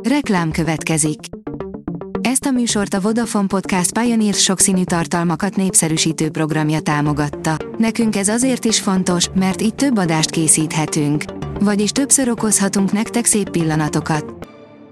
Reklám következik. Ezt a műsort a Vodafone Podcast Pioneer sokszínű tartalmakat népszerűsítő programja támogatta. Nekünk ez azért is fontos, mert így több adást készíthetünk. Vagyis többször okozhatunk nektek szép pillanatokat.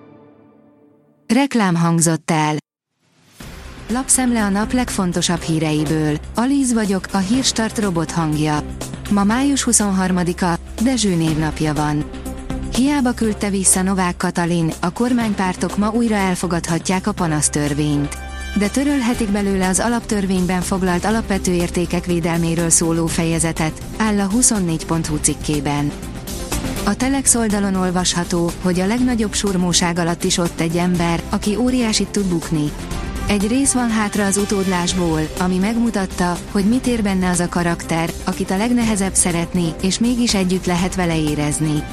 Reklám hangzott el. Lapszemle a nap legfontosabb híreiből. Alíz vagyok, a Hírstart robot hangja. Ma május 23-a, Dezső névnapja van. Hiába küldte vissza Novák Katalin, a kormánypártok ma újra elfogadhatják a panasztörvényt. De törölhetik belőle az alaptörvényben foglalt alapvető értékek védelméről szóló fejezetet, áll a 24.hu cikkében. A Telex oldalon olvasható, hogy a legnagyobb surmóság alatt is ott egy ember, aki óriásit tud bukni. Egy rész van hátra az utódlásból, ami megmutatta, hogy mit ér benne az a karakter, akit a legnehezebb szeretni, és mégis együtt lehet vele érezni.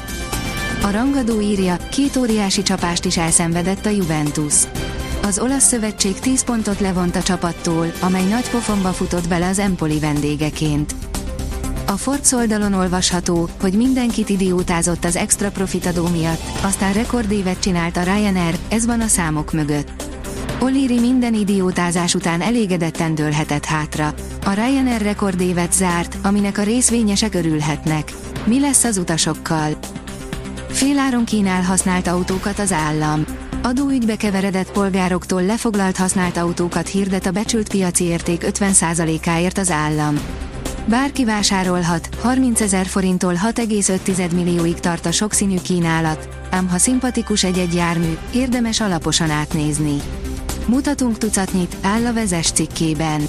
A rangadó írja, 2 óriási csapást is elszenvedett a Juventus. Az olasz szövetség 10 pontot levont a csapattól, amely nagy pofonba futott bele az Empoli vendégeként. A Forbes oldalon olvasható, hogy mindenkit idiótázott az extra profitadó miatt, aztán rekordévet csinált a Ryanair, ez van a számok mögött. O'Leary minden idiótázás után elégedetten dőlhetett hátra. A Ryanair rekordévet zárt, aminek a részvényesek örülhetnek. Mi lesz az utasokkal? Féláron kínál használt autókat az állam. Adóügybe keveredett polgároktól lefoglalt használt autókat hirdet a becsült piaci érték 50%-áért az állam. Bárki vásárolhat, 30 000 forinttól 6,5 millióig tart a sokszínű kínálat, ám ha szimpatikus egy-egy jármű, érdemes alaposan átnézni. Mutatunk tucatnyit, áll a Vezes cikkében.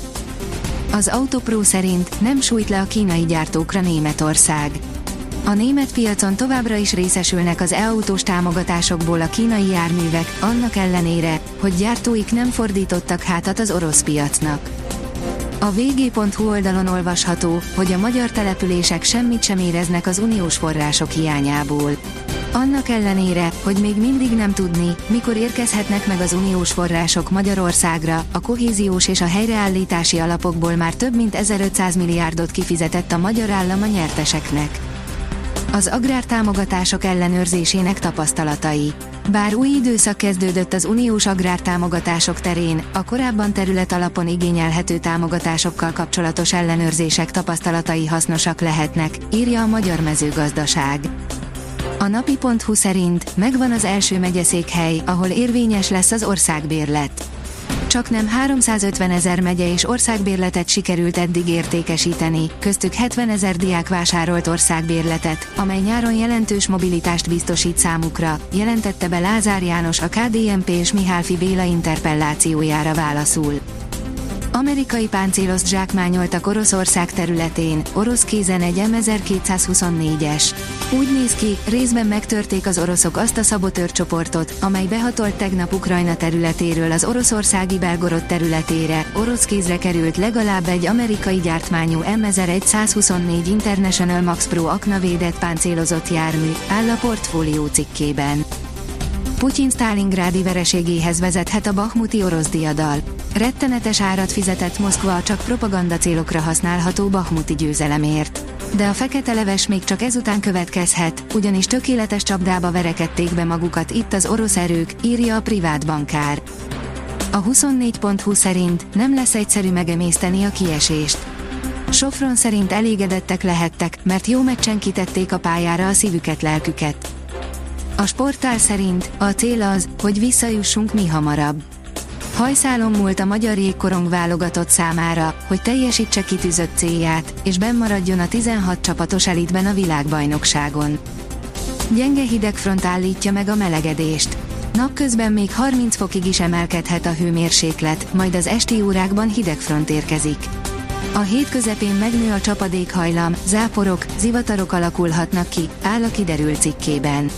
Az Autopro szerint nem sújt le a kínai gyártókra Németország. A német piacon továbbra is részesülnek az e-autós támogatásokból a kínai járművek, annak ellenére, hogy gyártóik nem fordítottak hátat az orosz piacnak. A vg.hu oldalon olvasható, hogy a magyar települések semmit sem éreznek az uniós források hiányából. Annak ellenére, hogy még mindig nem tudni, mikor érkezhetnek meg az uniós források Magyarországra, a kohéziós és a helyreállítási alapokból már több mint 1500 milliárdot kifizetett a magyar állam a nyerteseknek. Az agrártámogatások ellenőrzésének tapasztalatai. Bár új időszak kezdődött az uniós agrártámogatások terén, a korábban terület alapon igényelhető támogatásokkal kapcsolatos ellenőrzések tapasztalatai hasznosak lehetnek, írja a Magyar Mezőgazdaság. A napi.hu szerint megvan az első megyeszékhely, ahol érvényes lesz az országbérlet. Csaknem 350 000 megye és országbérletet sikerült eddig értékesíteni, köztük 70 000 diák vásárolt országbérletet, amely nyáron jelentős mobilitást biztosít számukra, jelentette be Lázár János a KDNP és Mihály Béla interpellációjára válaszul. Amerikai páncélozt zsákmányoltak Oroszország területén, orosz kézen egy M1224-es. Úgy néz ki, részben megtörték az oroszok azt a szabotőrcsoportot, amely behatolt tegnap Ukrajna területéről az oroszországi Belgorod területére, orosz kézre került legalább egy amerikai gyártmányú M1124 International Max Pro aknavédett páncélozott jármű, áll a Portfólió cikkében. Putyin sztálingrádi vereségéhez vezethet a bahmuti orosz diadal. Rettenetes árat fizetett Moszkva a csak propaganda célokra használható bahmuti győzelemért. De a fekete leves még csak ezután következhet, ugyanis tökéletes csapdába verekedték be magukat itt az orosz erők, írja a privát bankár. A 24.hu szerint nem lesz egyszerű megemészteni a kiesést. Sofron szerint elégedettek lehettek, mert jó meccsen kitették a pályára a szívüket, lelküket. A sportál szerint a cél az, hogy visszajussunk mi hamarabb. Hajszálon múlt a magyar jégkorong válogatott számára, hogy teljesítse kitűzött célját, és benn maradjon a 16 csapatos elitben a világbajnokságon. Gyenge hidegfront állítja meg a melegedést. Napközben még 30 fokig is emelkedhet a hőmérséklet, majd az esti órákban hidegfront érkezik. A hét közepén megnő a csapadékhajlam, záporok, zivatarok alakulhatnak ki, áll a Kiderült cikkében.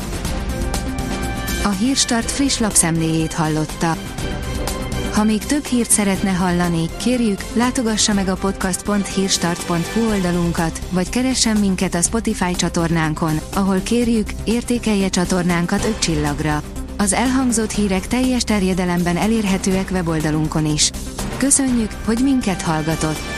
A Hírstart friss lapszemléjét hallotta. Ha még több hírt szeretne hallani, kérjük, látogassa meg a podcast.hírstart.hu oldalunkat, vagy keressen minket a Spotify csatornánkon, ahol kérjük, értékelje csatornánkat 5 csillagra. Az elhangzott hírek teljes terjedelemben elérhetőek weboldalunkon is. Köszönjük, hogy minket hallgatott!